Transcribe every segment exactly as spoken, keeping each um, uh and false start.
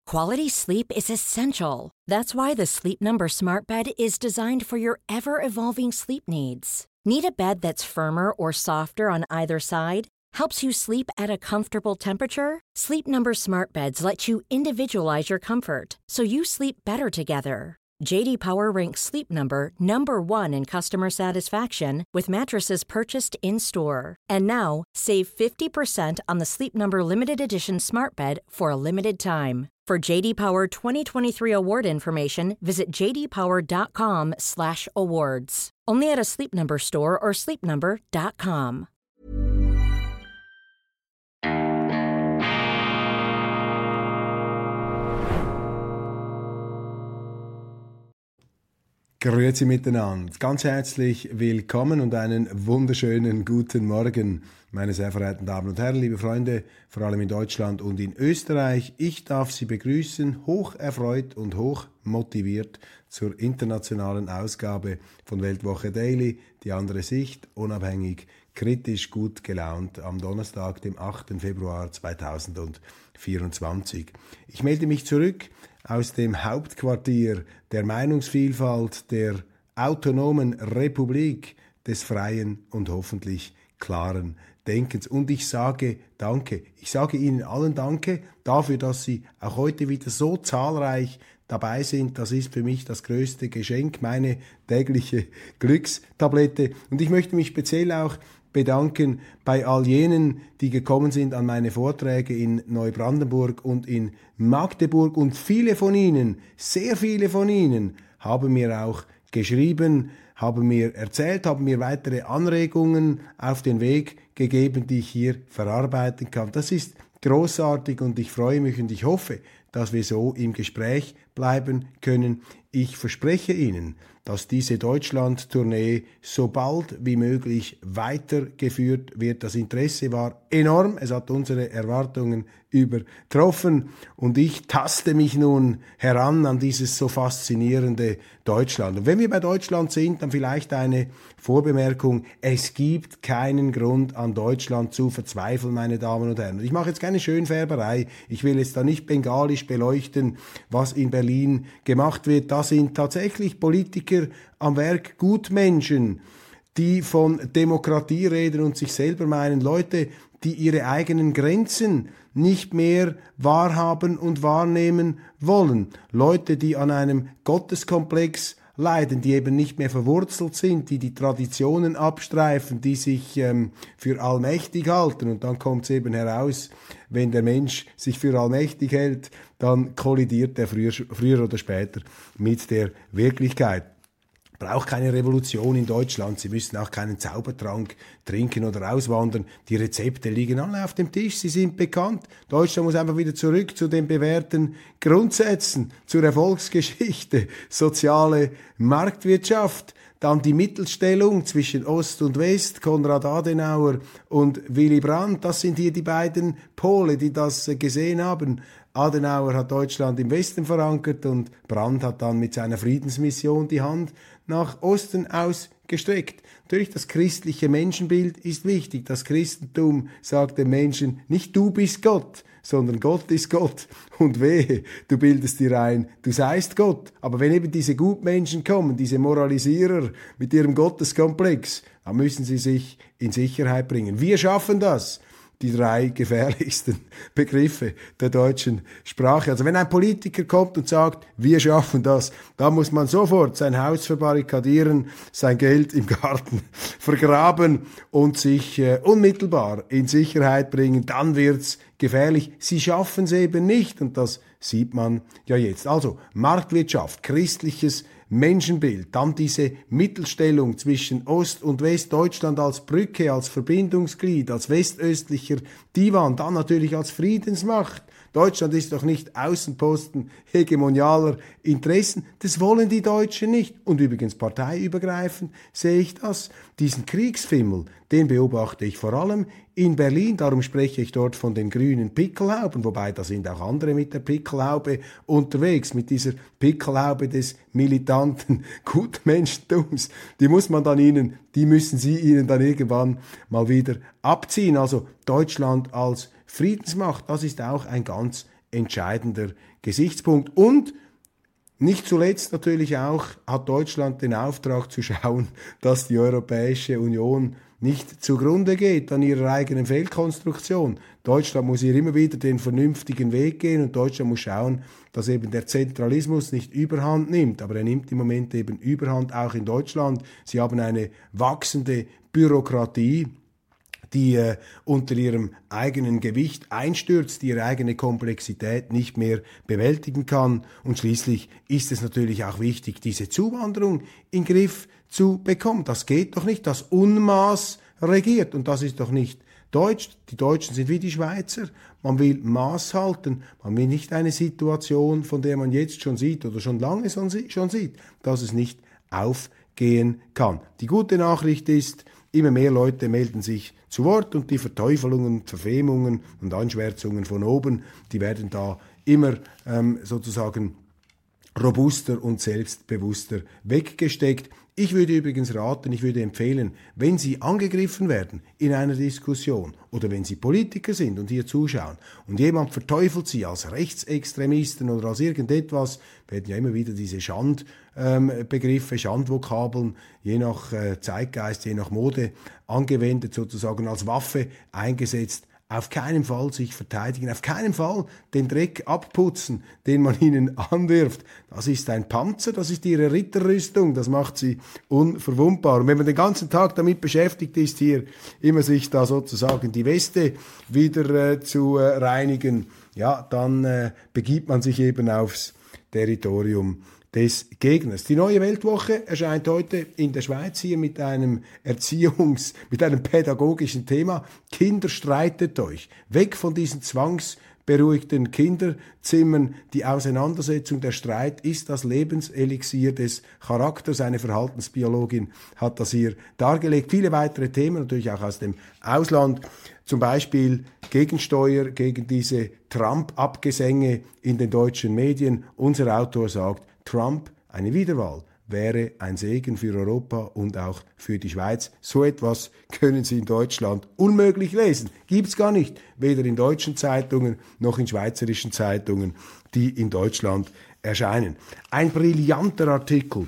Quality sleep is essential. That's why the Sleep Number Smart Bed is designed for your ever-evolving sleep needs. Need a bed that's firmer or softer on either side? Helps you sleep at a comfortable temperature? Sleep Number Smart Beds let you individualize your comfort, so you sleep better together. J D Power ranks Sleep Number number one in customer satisfaction with mattresses purchased in-store. And now, save fifty percent on the Sleep Number Limited Edition Smart Bed for a limited time. For J D Power twenty twenty-three award information, visit j d power dot com slash awards. Only at a Sleep Number store or sleep number dot com. Grüezi miteinander. Ganz herzlich willkommen und einen wunderschönen guten Morgen, meine sehr verehrten Damen und Herren, liebe Freunde, vor allem in Deutschland und in Österreich. Ich darf Sie begrüßen, hoch erfreut und hoch motiviert zur internationalen Ausgabe von Weltwoche Daily, die andere Sicht, unabhängig, kritisch, gut gelaunt, am Donnerstag, dem achten Februar zweitausendvierundzwanzig. Ich melde mich zurück aus dem Hauptquartier der Meinungsvielfalt der autonomen Republik des freien und hoffentlich klaren Denkens. Und ich sage Danke. Ich sage Ihnen allen Danke dafür, dass Sie auch heute wieder so zahlreich dabei sind. Das ist für mich das größte Geschenk, meine tägliche Glückstablette. Und ich möchte mich speziell auch bedanken bei all jenen, die gekommen sind an meine Vorträge in Neubrandenburg und in Magdeburg. Und viele von ihnen, sehr viele von ihnen, haben mir auch geschrieben, haben mir erzählt, haben mir weitere Anregungen auf den Weg gegeben, die ich hier verarbeiten kann. Das ist großartig und ich freue mich und ich hoffe, dass wir so im Gespräch bleiben können. Ich verspreche Ihnen, dass diese Deutschland-Tournee so bald wie möglich weitergeführt wird. Das Interesse war enorm, es hat unsere Erwartungen übertroffen und ich taste mich nun heran an dieses so faszinierende Deutschland. Und wenn wir bei Deutschland sind, dann vielleicht eine Vorbemerkung: Es gibt keinen Grund, an Deutschland zu verzweifeln, meine Damen und Herren. Ich mache jetzt keine Schönfärberei, ich will jetzt da nicht bengalisch beleuchten, was in Berlin gemacht wird. Da sind tatsächlich Politiker am Werk, Gutmenschen, die von Demokratie reden und sich selber meinen, Leute, die ihre eigenen Grenzen nicht mehr wahrhaben und wahrnehmen wollen. Leute, die an einem Gotteskomplex leiden, die eben nicht mehr verwurzelt sind, die die Traditionen abstreifen, die sich ähm, für allmächtig halten. Und dann kommt es eben heraus, wenn der Mensch sich für allmächtig hält, dann kollidiert er früher, früher oder später mit der Wirklichkeit. Braucht keine Revolution in Deutschland, Sie müssen auch keinen Zaubertrank trinken oder auswandern. Die Rezepte liegen alle auf dem Tisch, sie sind bekannt. Deutschland muss einfach wieder zurück zu den bewährten Grundsätzen, zur Erfolgsgeschichte, soziale Marktwirtschaft, dann die Mittelstellung zwischen Ost und West, Konrad Adenauer und Willy Brandt. Das sind hier die beiden Pole, die das gesehen haben. Adenauer hat Deutschland im Westen verankert und Brandt hat dann mit seiner Friedensmission die Hand nach Osten ausgestreckt. Natürlich, das christliche Menschenbild ist wichtig. Das Christentum sagt dem Menschen, nicht du bist Gott, sondern Gott ist Gott. Und wehe, du bildest dir ein, du seist Gott. Aber wenn eben diese Gutmenschen kommen, diese Moralisierer mit ihrem Gotteskomplex, dann müssen sie sich in Sicherheit bringen. Wir schaffen das. Die drei gefährlichsten Begriffe der deutschen Sprache. Also wenn ein Politiker kommt und sagt, wir schaffen das, dann muss man sofort sein Haus verbarrikadieren, sein Geld im Garten vergraben und sich äh, unmittelbar in Sicherheit bringen. Dann wird's gefährlich. Sie schaffen es eben nicht und das sieht man ja jetzt. Also Marktwirtschaft, christliches Menschenbild, dann diese Mittelstellung zwischen Ost- und Westdeutschland als Brücke, als Verbindungsglied, als westöstlicher Divan, dann natürlich als Friedensmacht. Deutschland ist doch nicht Außenposten hegemonialer Interessen. Das wollen die Deutschen nicht. Und übrigens parteiübergreifend sehe ich das. Diesen Kriegsfimmel, den beobachte ich vor allem in Berlin. Darum spreche ich dort von den grünen Pickelhauben. Wobei, da sind auch andere mit der Pickelhaube unterwegs. Mit dieser Pickelhaube des militanten Gutmenschentums. Die muss man dann ihnen, die müssen sie ihnen dann irgendwann mal wieder abziehen. Also Deutschland als Friedensmacht, das ist auch ein ganz entscheidender Gesichtspunkt. Und nicht zuletzt natürlich auch hat Deutschland den Auftrag zu schauen, dass die Europäische Union nicht zugrunde geht an ihrer eigenen Fehlkonstruktion. Deutschland muss hier immer wieder den vernünftigen Weg gehen und Deutschland muss schauen, dass eben der Zentralismus nicht Überhand nimmt. Aber er nimmt im Moment eben Überhand auch in Deutschland. Sie haben eine wachsende Bürokratie, die äh, unter ihrem eigenen Gewicht einstürzt, die ihre eigene Komplexität nicht mehr bewältigen kann. Und schließlich ist es natürlich auch wichtig, diese Zuwanderung in den Griff zu bekommen. Das geht doch nicht. Das Unmaß regiert und das ist doch nicht deutsch. Die Deutschen sind wie die Schweizer. Man will Maß halten. Man will nicht eine Situation, von der man jetzt schon sieht oder schon lange schon sieht, dass es nicht aufgehen kann. Die gute Nachricht ist, immer mehr Leute melden sich zu Wort und die Verteufelungen, Verfemungen und Anschwärzungen von oben, die werden da immer ähm, sozusagen robuster und selbstbewusster weggesteckt. Ich würde übrigens raten, ich würde empfehlen, wenn Sie angegriffen werden in einer Diskussion oder wenn Sie Politiker sind und hier zuschauen und jemand verteufelt Sie als Rechtsextremisten oder als irgendetwas, werden ja immer wieder diese Schandbegriffe, ähm, Schandvokabeln, je nach äh, Zeitgeist, je nach Mode angewendet, sozusagen als Waffe eingesetzt. Auf keinen Fall sich verteidigen, auf keinen Fall den Dreck abputzen, den man ihnen anwirft. Das ist ein Panzer, das ist ihre Ritterrüstung, das macht sie unverwundbar. Und wenn man den ganzen Tag damit beschäftigt ist, hier immer sich da sozusagen die Weste wieder äh, zu äh, reinigen, ja, dann äh, begibt man sich eben aufs Territorium des Gegners. Die Neue Weltwoche erscheint heute in der Schweiz hier mit einem Erziehungs-, mit einem pädagogischen Thema. Kinder, streitet euch. Weg von diesen zwangsberuhigten Kinderzimmern. Die Auseinandersetzung, der Streit ist das Lebenselixier des Charakters. Eine Verhaltensbiologin hat das hier dargelegt. Viele weitere Themen, natürlich auch aus dem Ausland. Zum Beispiel Gegensteuer gegen diese Trump-Abgesänge in den deutschen Medien. Unser Autor sagt, Trump, eine Wiederwahl, wäre ein Segen für Europa und auch für die Schweiz. So etwas können Sie in Deutschland unmöglich lesen. Gibt's gar nicht, weder in deutschen Zeitungen noch in schweizerischen Zeitungen, die in Deutschland erscheinen. Ein brillanter Artikel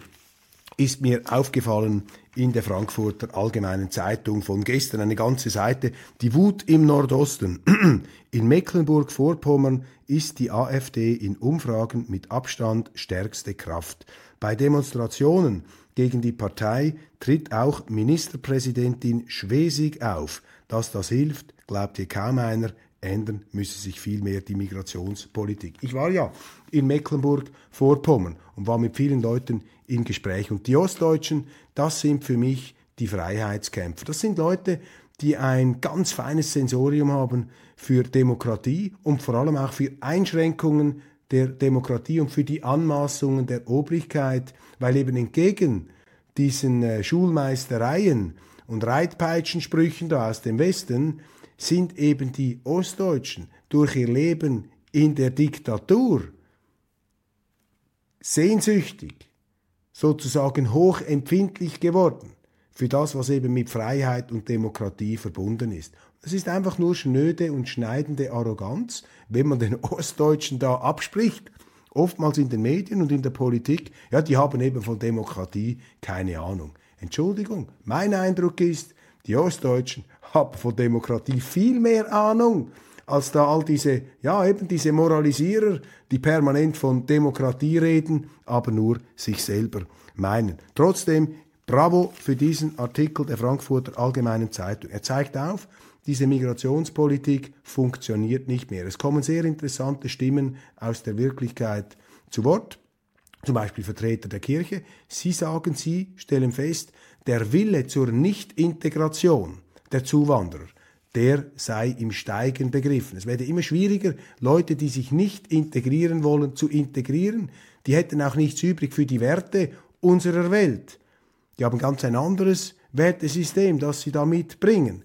ist mir aufgefallen in der Frankfurter Allgemeinen Zeitung von gestern, eine ganze Seite. Die Wut im Nordosten. In Mecklenburg-Vorpommern ist die AfD in Umfragen mit Abstand stärkste Kraft. Bei Demonstrationen gegen die Partei tritt auch Ministerpräsidentin Schwesig auf. Dass das hilft, glaubt hier kaum einer. Ändern müsse sich vielmehr die Migrationspolitik. Ich war ja in Mecklenburg-Vorpommern und war mit vielen Leuten im Gespräch. Und die Ostdeutschen, das sind für mich die Freiheitskämpfer. Das sind Leute, die ein ganz feines Sensorium haben für Demokratie und vor allem auch für Einschränkungen der Demokratie und für die Anmaßungen der Obrigkeit, weil eben entgegen diesen äh, Schulmeistereien und Reitpeitschensprüchen da aus dem Westen sind eben die Ostdeutschen durch ihr Leben in der Diktatur sehnsüchtig, sozusagen hochempfindlich geworden für das, was eben mit Freiheit und Demokratie verbunden ist. Es ist einfach nur schnöde und schneidende Arroganz, wenn man den Ostdeutschen da abspricht, oftmals in den Medien und in der Politik, ja, die haben eben von Demokratie keine Ahnung. Entschuldigung, mein Eindruck ist, die Ostdeutschen haben von Demokratie viel mehr Ahnung, als da all diese, ja, eben diese Moralisierer, die permanent von Demokratie reden, aber nur sich selber meinen. Trotzdem, bravo für diesen Artikel der Frankfurter Allgemeinen Zeitung. Er zeigt auf, diese Migrationspolitik funktioniert nicht mehr. Es kommen sehr interessante Stimmen aus der Wirklichkeit zu Wort, zum Beispiel Vertreter der Kirche. Sie sagen, sie stellen fest, der Wille zur Nicht-Integration der Zuwanderer, der sei im Steigen begriffen. Es werde immer schwieriger, Leute, die sich nicht integrieren wollen, zu integrieren. Die hätten auch nichts übrig für die Werte unserer Welt. Die haben ganz ein anderes Wertesystem, das sie da mitbringen.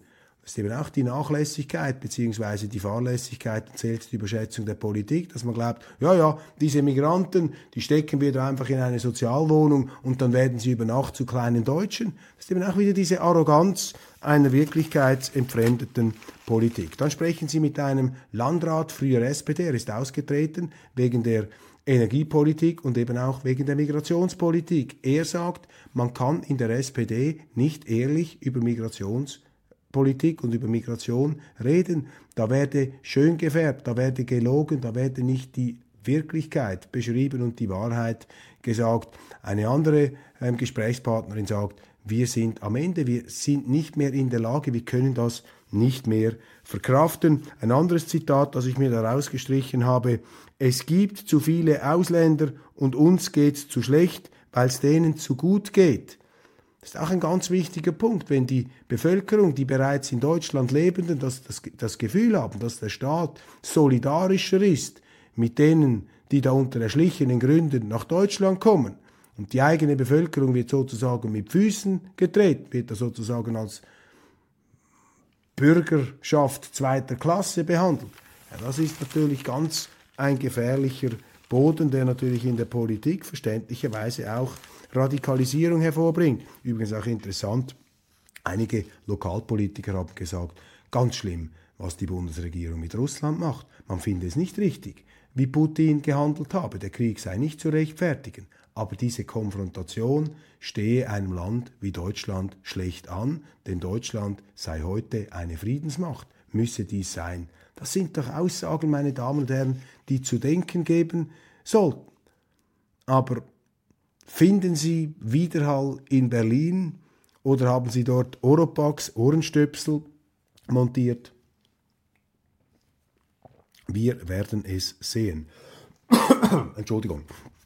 Das ist eben auch die Nachlässigkeit bzw. die Fahrlässigkeit und Selbstüberschätzung der Politik, dass man glaubt, ja, ja, diese Migranten, die stecken wir da einfach in eine Sozialwohnung und dann werden sie über Nacht zu kleinen Deutschen. Das ist eben auch wieder diese Arroganz einer wirklichkeitsentfremdeten Politik. Dann sprechen Sie mit einem Landrat, früher S P D, er ist ausgetreten wegen der Energiepolitik und eben auch wegen der Migrationspolitik. Er sagt, man kann in der S P D nicht ehrlich über Migrationspolitik Politik und über Migration reden. Da werde schön gefärbt, da werde gelogen, da werde nicht die Wirklichkeit beschrieben und die Wahrheit gesagt. Eine andere ähm, Gesprächspartnerin sagt, wir sind am Ende, wir sind nicht mehr in der Lage, wir können das nicht mehr verkraften. Ein anderes Zitat, das ich mir da rausgestrichen habe, es gibt zu viele Ausländer und uns geht's zu schlecht, weil es denen zu gut geht. Das ist auch ein ganz wichtiger Punkt, wenn die Bevölkerung, die bereits in Deutschland Lebenden, das, das, das Gefühl haben, dass der Staat solidarischer ist mit denen, die da unter erschlichenen Gründen nach Deutschland kommen. Und die eigene Bevölkerung wird sozusagen mit Füßen getreten, wird da sozusagen als Bürgerschaft zweiter Klasse behandelt. Ja, das ist natürlich ganz ein gefährlicher Boden, der natürlich in der Politik verständlicherweise auch Radikalisierung hervorbringt. Übrigens auch interessant, einige Lokalpolitiker haben gesagt, ganz schlimm, was die Bundesregierung mit Russland macht. Man findet es nicht richtig, wie Putin gehandelt habe. Der Krieg sei nicht zu rechtfertigen. Aber diese Konfrontation stehe einem Land wie Deutschland schlecht an, denn Deutschland sei heute eine Friedensmacht, müsse dies sein. Das sind doch Aussagen, meine Damen und Herren, die zu denken geben sollten. Aber finden Sie Widerhall in Berlin oder haben Sie dort Oropax, Ohrenstöpsel montiert? Wir werden es sehen. Entschuldigung.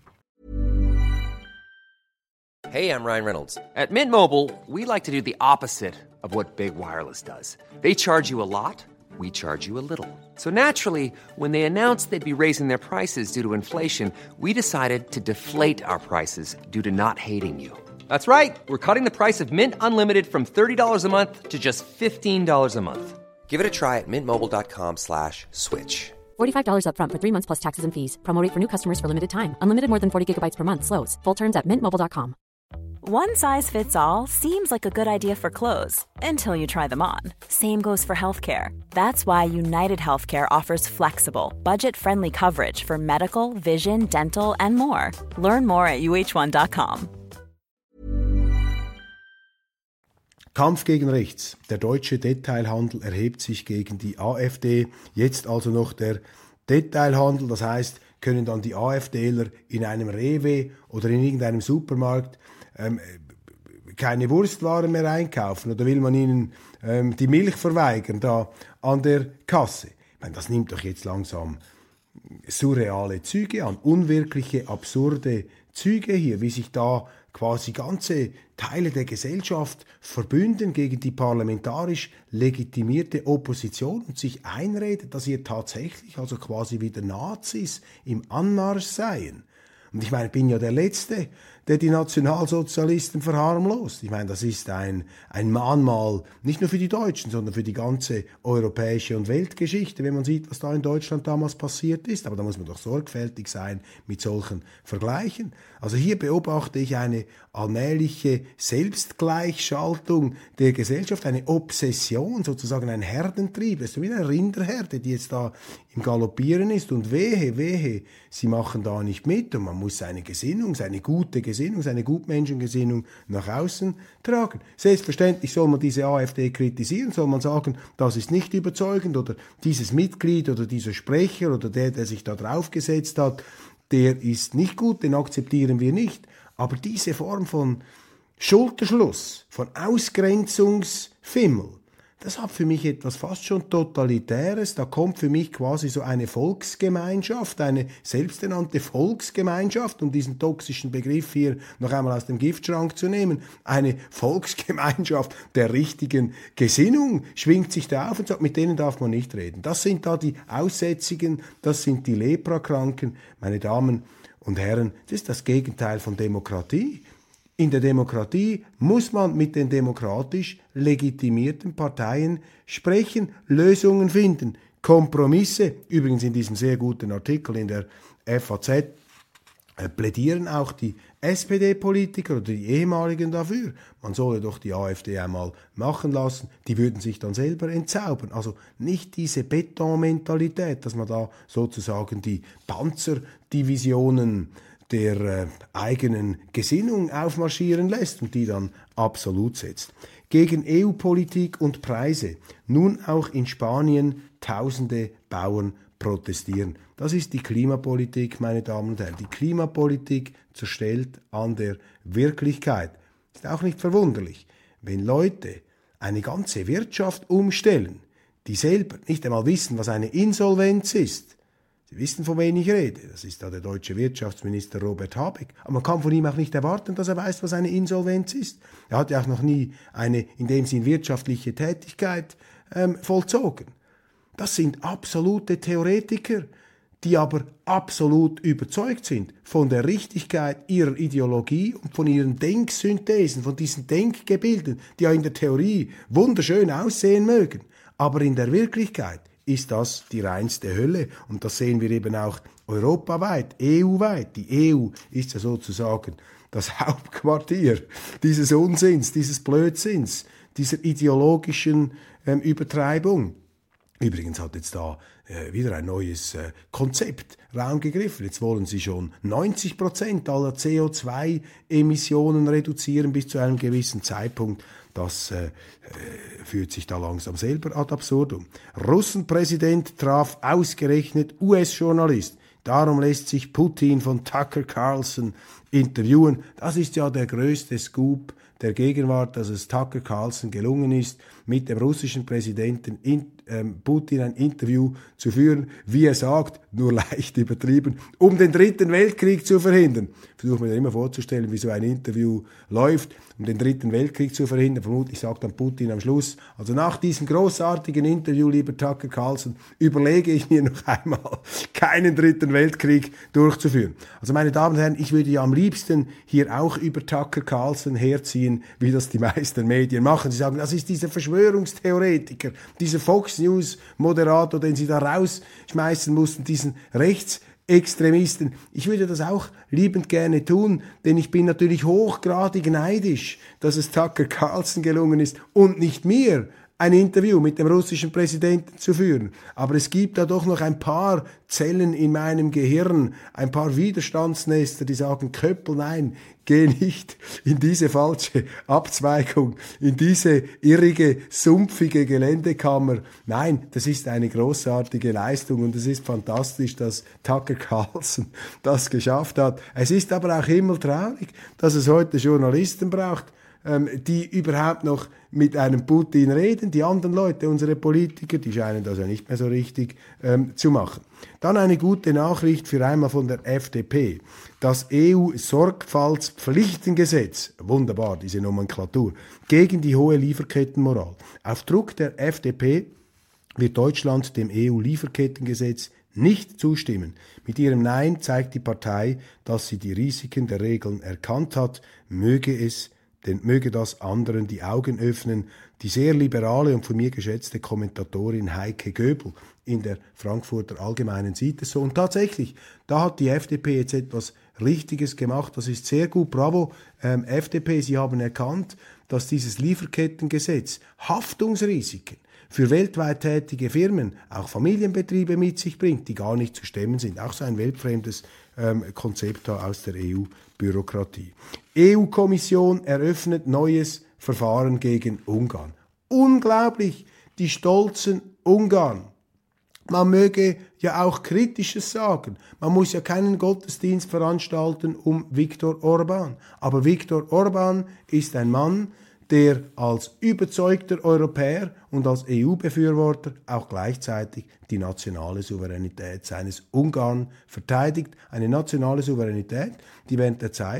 Hey, I'm Ryan Reynolds. At Mint Mobile, we like to do the opposite of what Big Wireless does. They charge you a lot, we charge you a little. So naturally, when they announced they'd be raising their prices due to inflation, we decided to deflate our prices due to not hating you. That's right. We're cutting the price of Mint Unlimited from thirty dollars a month to just fifteen dollars a month. Give it a try at mintmobile.com slash switch. forty-five dollars up front for three months plus taxes and fees. Promo rate for new customers for limited time. Unlimited more than forty gigabytes per month slows. Full terms at mint mobile dot com. One size fits all seems like a good idea for clothes until you try them on. Same goes for healthcare. That's why United Healthcare offers flexible, budget-friendly coverage for medical, vision, dental, and more. Learn more at u h one dot com. Kampf gegen rechts. Der deutsche Detailhandel erhebt sich gegen die AfD. Jetzt also noch der Detailhandel. Das heißt, können dann die AfDler in einem Rewe oder in irgendeinem Supermarkt ähm, keine Wurstwaren mehr einkaufen? Oder will man ihnen ähm, die Milch verweigern da an der Kasse? Ich meine, das nimmt doch jetzt langsam surreale Züge an. Unwirkliche, absurde Züge hier, wie sich da quasi ganze Teile der Gesellschaft verbünden gegen die parlamentarisch legitimierte Opposition und sich einredet, dass hier tatsächlich also quasi wieder Nazis im Anmarsch seien. Und ich meine, ich bin ja der Letzte, der die Nationalsozialisten verharmlost. Ich meine, das ist ein, ein Mahnmal, nicht nur für die Deutschen, sondern für die ganze europäische und Weltgeschichte, wenn man sieht, was da in Deutschland damals passiert ist. Aber da muss man doch sorgfältig sein mit solchen Vergleichen. Also hier beobachte ich eine allmähliche Selbstgleichschaltung der Gesellschaft, eine Obsession, sozusagen ein Herdentrieb. Es ist wie eine Rinderherde, die jetzt da im Galoppieren ist. Und wehe, wehe, sie machen da nicht mit. Und man muss seine Gesinnung, seine gute Gesinnung, seine Gutmenschengesinnung nach außen tragen. Selbstverständlich soll man diese AfD kritisieren, soll man sagen, das ist nicht überzeugend oder dieses Mitglied oder dieser Sprecher oder der, der sich da draufgesetzt hat, der ist nicht gut, den akzeptieren wir nicht. Aber diese Form von Schulterschluss, von Ausgrenzungsfimmel, das hat für mich etwas fast schon Totalitäres. Da kommt für mich quasi so eine Volksgemeinschaft, eine selbsternannte Volksgemeinschaft, um diesen toxischen Begriff hier noch einmal aus dem Giftschrank zu nehmen. Eine Volksgemeinschaft der richtigen Gesinnung schwingt sich da auf und sagt, mit denen darf man nicht reden. Das sind da die Aussätzigen, das sind die Leprakranken. Meine Damen und Herren, das ist das Gegenteil von Demokratie. In der Demokratie muss man mit den demokratisch legitimierten Parteien sprechen, Lösungen finden, Kompromisse. Übrigens in diesem sehr guten Artikel in der F A Z äh, plädieren auch die S P D-Politiker oder die ehemaligen dafür. Man solle doch die AfD einmal machen lassen, die würden sich dann selber entzaubern. Also nicht diese Betonmentalität, dass man da sozusagen die Panzerdivisionen der äh, eigenen Gesinnung aufmarschieren lässt und die dann absolut setzt. Gegen E U-Politik und Preise. Nun auch in Spanien tausende Bauern protestieren. Das ist die Klimapolitik, meine Damen und Herren. Die Klimapolitik zerstellt an der Wirklichkeit. Ist auch nicht verwunderlich, wenn Leute eine ganze Wirtschaft umstellen, die selber nicht einmal wissen, was eine Insolvenz ist. Sie wissen, von wem ich rede. Das ist da der deutsche Wirtschaftsminister Robert Habeck. Aber man kann von ihm auch nicht erwarten, dass er weiß, was eine Insolvenz ist. Er hat ja auch noch nie eine, in dem Sinn, wirtschaftliche Tätigkeit ähm, vollzogen. Das sind absolute Theoretiker, die aber absolut überzeugt sind von der Richtigkeit ihrer Ideologie und von ihren Denksynthesen, von diesen Denkgebilden, die ja in der Theorie wunderschön aussehen mögen. Aber in der Wirklichkeit ist das die reinste Hölle. Und das sehen wir eben auch europaweit, E U-weit. Die E U ist ja sozusagen das Hauptquartier dieses Unsinns, dieses Blödsinns, dieser ideologischen ähm, Übertreibung. Übrigens hat jetzt da äh, wieder ein neues äh, Konzept Raum gegriffen. Jetzt wollen sie schon neunzig Prozent aller C O zwei Emissionen reduzieren bis zu einem gewissen Zeitpunkt. Das äh, äh, führt sich da langsam selber ad absurdum. Russenpräsident traf ausgerechnet U S-Journalist. Darum lässt sich Putin von Tucker Carlson interviewen. Das ist ja der größte Scoop der Gegenwart, dass es Tucker Carlson gelungen ist, mit dem russischen Präsidenten in, ähm, Putin ein Interview zu führen, wie er sagt, nur leicht übertrieben, um den dritten Weltkrieg zu verhindern. Ich versuche mir immer vorzustellen, wie so ein Interview läuft, um den dritten Weltkrieg zu verhindern. Vermutlich sagt dann Putin am Schluss, also nach diesem großartigen Interview, lieber Tucker Carlson, überlege ich mir noch einmal, keinen dritten Weltkrieg durchzuführen. Also meine Damen und Herren, ich würde ja am liebsten hier auch über Tucker Carlson herziehen, wie das die meisten Medien machen. Sie sagen, das ist dieser Verschwörungstheoretiker, dieser Fox News Moderator, den sie da rausschmeißen mussten, diesen Rechtsextremisten. Ich würde das auch liebend gerne tun, denn ich bin natürlich hochgradig neidisch, dass es Tucker Carlson gelungen ist und nicht mir, ein Interview mit dem russischen Präsidenten zu führen. Aber es gibt da doch noch ein paar Zellen in meinem Gehirn, ein paar Widerstandsnester, die sagen, Köppel, nein, geh nicht in diese falsche Abzweigung, in diese irrige, sumpfige Geländekammer. Nein, das ist eine großartige Leistung und es ist fantastisch, dass Tucker Carlson das geschafft hat. Es ist aber auch himmeltraurig, dass es heute Journalisten braucht, die überhaupt noch mit einem Putin reden. Die anderen Leute, unsere Politiker, die scheinen das ja nicht mehr so richtig ähm, zu machen. Dann eine gute Nachricht für einmal von der F D P. Das E U-Sorgfaltspflichtengesetz, wunderbar, diese Nomenklatur, gegen die hohe Lieferkettenmoral. Auf Druck der F D P wird Deutschland dem E U-Lieferkettengesetz nicht zustimmen. Mit ihrem Nein zeigt die Partei, dass sie die Risiken der Regeln erkannt hat, möge es denn möge das anderen die Augen öffnen. Die sehr liberale und von mir geschätzte Kommentatorin Heike Göbel in der Frankfurter Allgemeinen sieht es so. Und tatsächlich, da hat die F D P jetzt etwas Richtiges gemacht. Das ist sehr gut. Bravo, ähm, F D P, Sie haben erkannt, dass dieses Lieferkettengesetz Haftungsrisiken für weltweit tätige Firmen, auch Familienbetriebe mit sich bringt, die gar nicht zu stemmen sind. Auch so ein weltfremdes ähm, Konzept da aus der E U-Bürokratie. E U-Kommission eröffnet neues Verfahren gegen Ungarn. Unglaublich, die stolzen Ungarn. Man möge ja auch Kritisches sagen. Man muss ja keinen Gottesdienst veranstalten um Viktor Orban. Aber Viktor Orban ist ein Mann, der als überzeugter Europäer und als E U-Befürworter auch gleichzeitig die nationale Souveränität seines Ungarn verteidigt. Eine nationale Souveränität, die während der Zeit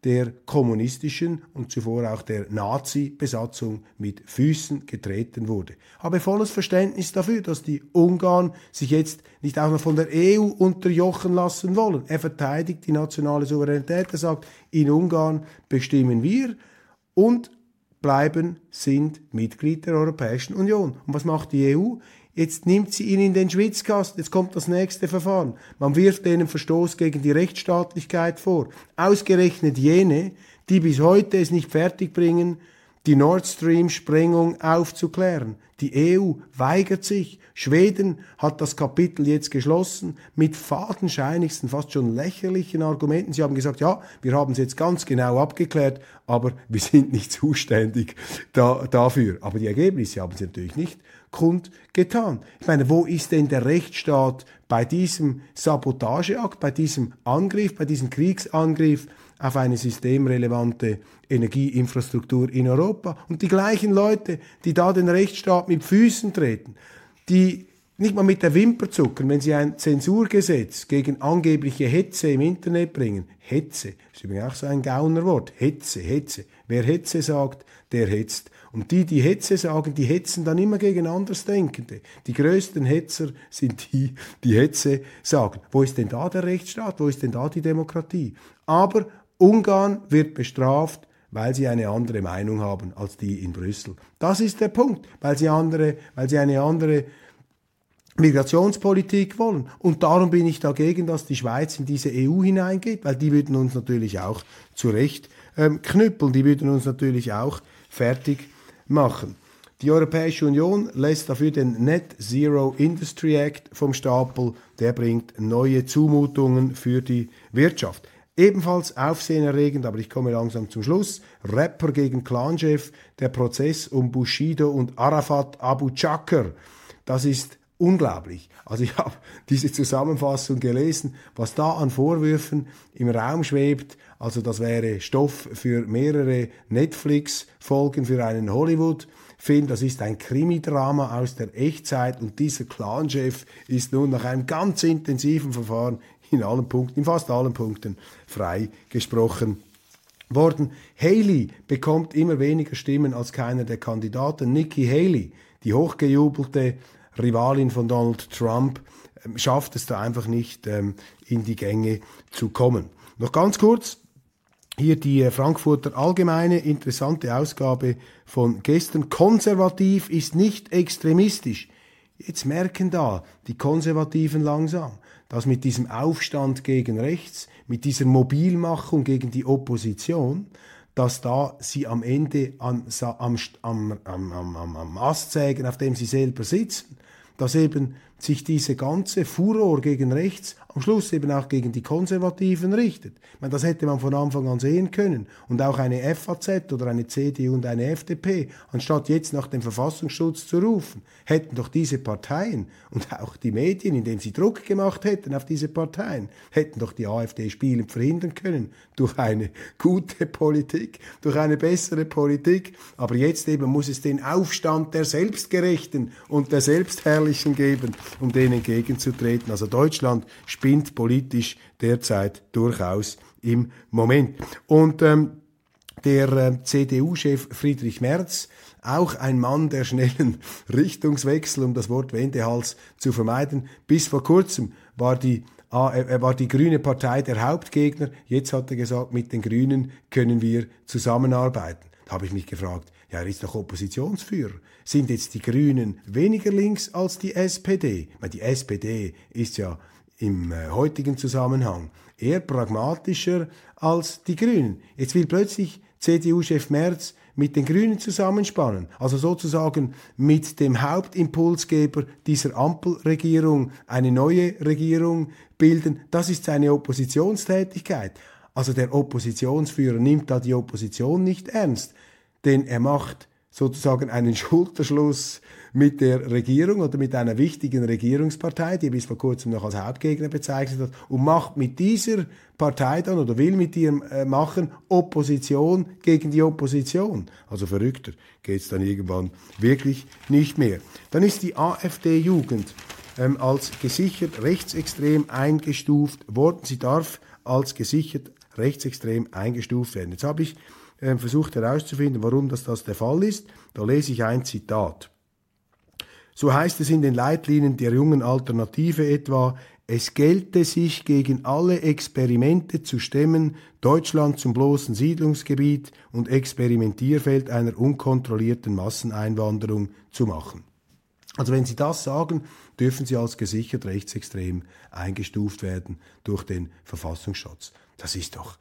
der kommunistischen und zuvor auch der Nazi-Besatzung mit Füßen getreten wurde. Ich habe volles Verständnis dafür, dass die Ungarn sich jetzt nicht auch noch von der E U unterjochen lassen wollen. Er verteidigt die nationale Souveränität, er sagt, in Ungarn bestimmen wir und bleiben, sind Mitglied der Europäischen Union. Und was macht die E U? Jetzt nimmt sie ihn in den Schwitzkasten. Jetzt kommt das nächste Verfahren. Man wirft denen Verstoß gegen die Rechtsstaatlichkeit vor. Ausgerechnet jene, die bis heute es nicht fertigbringen, die Nord Stream-Sprengung aufzuklären. Die E U weigert sich. Schweden hat das Kapitel jetzt geschlossen mit fadenscheinigsten, fast schon lächerlichen Argumenten. Sie haben gesagt, ja, wir haben es jetzt ganz genau abgeklärt, aber wir sind nicht zuständig da, dafür. Aber die Ergebnisse haben sie natürlich nicht kundgetan. Ich meine, wo ist denn der Rechtsstaat bei diesem Sabotageakt, bei diesem Angriff, bei diesem Kriegsangriff auf eine systemrelevante Energieinfrastruktur in Europa? Und die gleichen Leute, die da den Rechtsstaat mit Füßen treten, die nicht mal mit der Wimper zucken, wenn sie ein Zensurgesetz gegen angebliche Hetze im Internet bringen. Hetze, das ist übrigens auch so ein Gaunerwort. Hetze, Hetze. Wer Hetze sagt, der hetzt. Und die, die Hetze sagen, die hetzen dann immer gegen Andersdenkende. Die größten Hetzer sind die, die Hetze sagen. Wo ist denn da der Rechtsstaat? Wo ist denn da die Demokratie? Aber Ungarn wird bestraft, weil sie eine andere Meinung haben als die in Brüssel. Das ist der Punkt, weil sie andere, weil sie eine andere Migrationspolitik wollen. Und darum bin ich dagegen, dass die Schweiz in diese E U hineingeht, weil die würden uns natürlich auch zurecht ähm, knüppeln, die würden uns natürlich auch fertig machen. Die Europäische Union lässt dafür den Net Zero Industry Act vom Stapel, der bringt neue Zumutungen für die Wirtschaft. Ebenfalls aufsehenerregend, aber ich komme langsam zum Schluss, Rapper gegen Clanchef, der Prozess um Bushido und Arafat Abu Chakr. Das ist unglaublich. Also ich habe diese Zusammenfassung gelesen, was da an Vorwürfen im Raum schwebt. Also das wäre Stoff für mehrere Netflix-Folgen, für einen Hollywood-Film. Das ist ein Krimidrama aus der Echtzeit und dieser Clanchef ist nun nach einem ganz intensiven Verfahren in allen Punkten, in fast allen Punkten freigesprochen worden. Haley bekommt immer weniger Stimmen als keiner der Kandidaten. Nikki Haley, die hochgejubelte Rivalin von Donald Trump, schafft es da einfach nicht, ähm, in die Gänge zu kommen. Noch ganz kurz, hier die Frankfurter Allgemeine, interessante Ausgabe von gestern. Konservativ ist nicht extremistisch. Jetzt merken da die Konservativen langsam, dass mit diesem Aufstand gegen rechts, mit dieser Mobilmachung gegen die Opposition, dass da sie am Ende an, am, am, am, am, am Ast sägen, auf dem sie selber sitzen, dass eben sich diese ganze Furor gegen rechts am Schluss eben auch gegen die Konservativen richtet. Ich meine, das hätte man von Anfang an sehen können. Und auch eine F A Z oder eine C D U und eine F D P, anstatt jetzt nach dem Verfassungsschutz zu rufen, hätten doch diese Parteien und auch die Medien, indem sie Druck gemacht hätten auf diese Parteien, hätten doch die AfD spielend verhindern können durch eine gute Politik, durch eine bessere Politik. Aber jetzt eben muss es den Aufstand der Selbstgerechten und der Selbstherrlichen geben, um denen entgegenzutreten. Also Deutschland spinnt politisch derzeit durchaus im Moment. Und ähm, der äh, C D U-Chef Friedrich Merz, auch ein Mann der schnellen Richtungswechsel, um das Wort Wendehals zu vermeiden. Bis vor kurzem war die Er war die Grüne Partei der Hauptgegner. Jetzt hat er gesagt, mit den Grünen können wir zusammenarbeiten. Da habe ich mich gefragt, ja, er ist doch Oppositionsführer. Sind jetzt die Grünen weniger links als die S P D? Weil die S P D ist ja im äh, heutigen Zusammenhang eher pragmatischer als die Grünen. Jetzt will plötzlich C D U-Chef Merz mit den Grünen zusammenspannen, also sozusagen mit dem Hauptimpulsgeber dieser Ampelregierung eine neue Regierung bilden. Das ist seine Oppositionstätigkeit. Also der Oppositionsführer nimmt da die Opposition nicht ernst, denn er macht sozusagen einen Schulterschluss mit der Regierung oder mit einer wichtigen Regierungspartei, die er bis vor kurzem noch als Hauptgegner bezeichnet hat, und macht mit dieser Partei dann oder will mit ihr äh, machen Opposition gegen die Opposition. Also verrückter geht es dann irgendwann wirklich nicht mehr. Dann ist die AfD-Jugend ähm, als gesichert rechtsextrem eingestuft worden. Sie darf als gesichert rechtsextrem eingestuft werden. Jetzt habe ich äh, versucht herauszufinden, warum das, das der Fall ist. Da lese ich ein Zitat. So heißt es in den Leitlinien der jungen Alternative etwa, es gelte sich gegen alle Experimente zu stemmen, Deutschland zum bloßen Siedlungsgebiet und Experimentierfeld einer unkontrollierten Masseneinwanderung zu machen. Also wenn Sie das sagen, dürfen Sie als gesichert rechtsextrem eingestuft werden durch den Verfassungsschutz. Das ist doch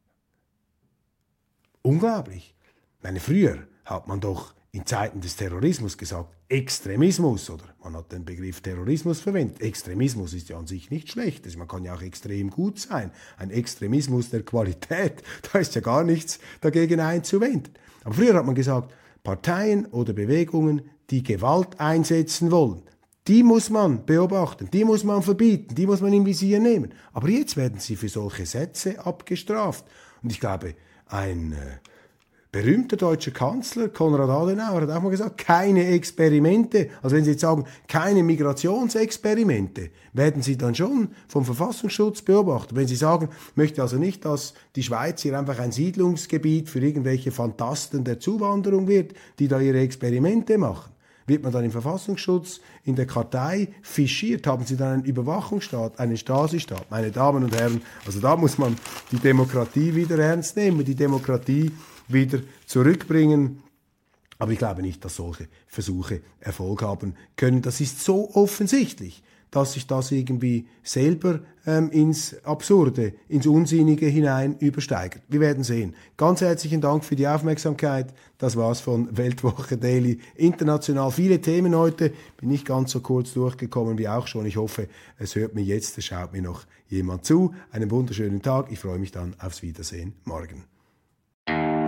unglaublich. Ich meine, früher hat man doch in Zeiten des Terrorismus gesagt, Extremismus, oder man hat den Begriff Terrorismus verwendet. Extremismus ist ja an sich nicht schlecht, also man kann ja auch extrem gut sein. Ein Extremismus der Qualität, da ist ja gar nichts dagegen einzuwenden. Aber früher hat man gesagt, Parteien oder Bewegungen, die Gewalt einsetzen wollen, die muss man beobachten, die muss man verbieten, die muss man im Visier nehmen. Aber jetzt werden sie für solche Sätze abgestraft. Und ich glaube, ein äh, berühmter deutscher Kanzler, Konrad Adenauer, hat auch mal gesagt, keine Experimente. Also wenn Sie jetzt sagen, keine Migrationsexperimente, werden Sie dann schon vom Verfassungsschutz beobachtet. Wenn Sie sagen, ich möchte also nicht, dass die Schweiz hier einfach ein Siedlungsgebiet für irgendwelche Fantasten der Zuwanderung wird, die da ihre Experimente machen, wird man dann im Verfassungsschutz, in der Kartei fischiert, haben Sie dann einen Überwachungsstaat, einen Stasi-Staat. Meine Damen und Herren, also da muss man die Demokratie wieder ernst nehmen, die Demokratie wieder zurückbringen. Aber ich glaube nicht, dass solche Versuche Erfolg haben können. Das ist so offensichtlich, dass sich das irgendwie selber ähm, ins Absurde, ins Unsinnige hinein übersteigert. Wir werden sehen. Ganz herzlichen Dank für die Aufmerksamkeit. Das war's von Weltwoche Daily International. Viele Themen heute. Bin nicht ganz so kurz durchgekommen wie auch schon. Ich hoffe, es hört mir jetzt, es schaut mir noch jemand zu. Einen wunderschönen Tag. Ich freue mich dann aufs Wiedersehen morgen.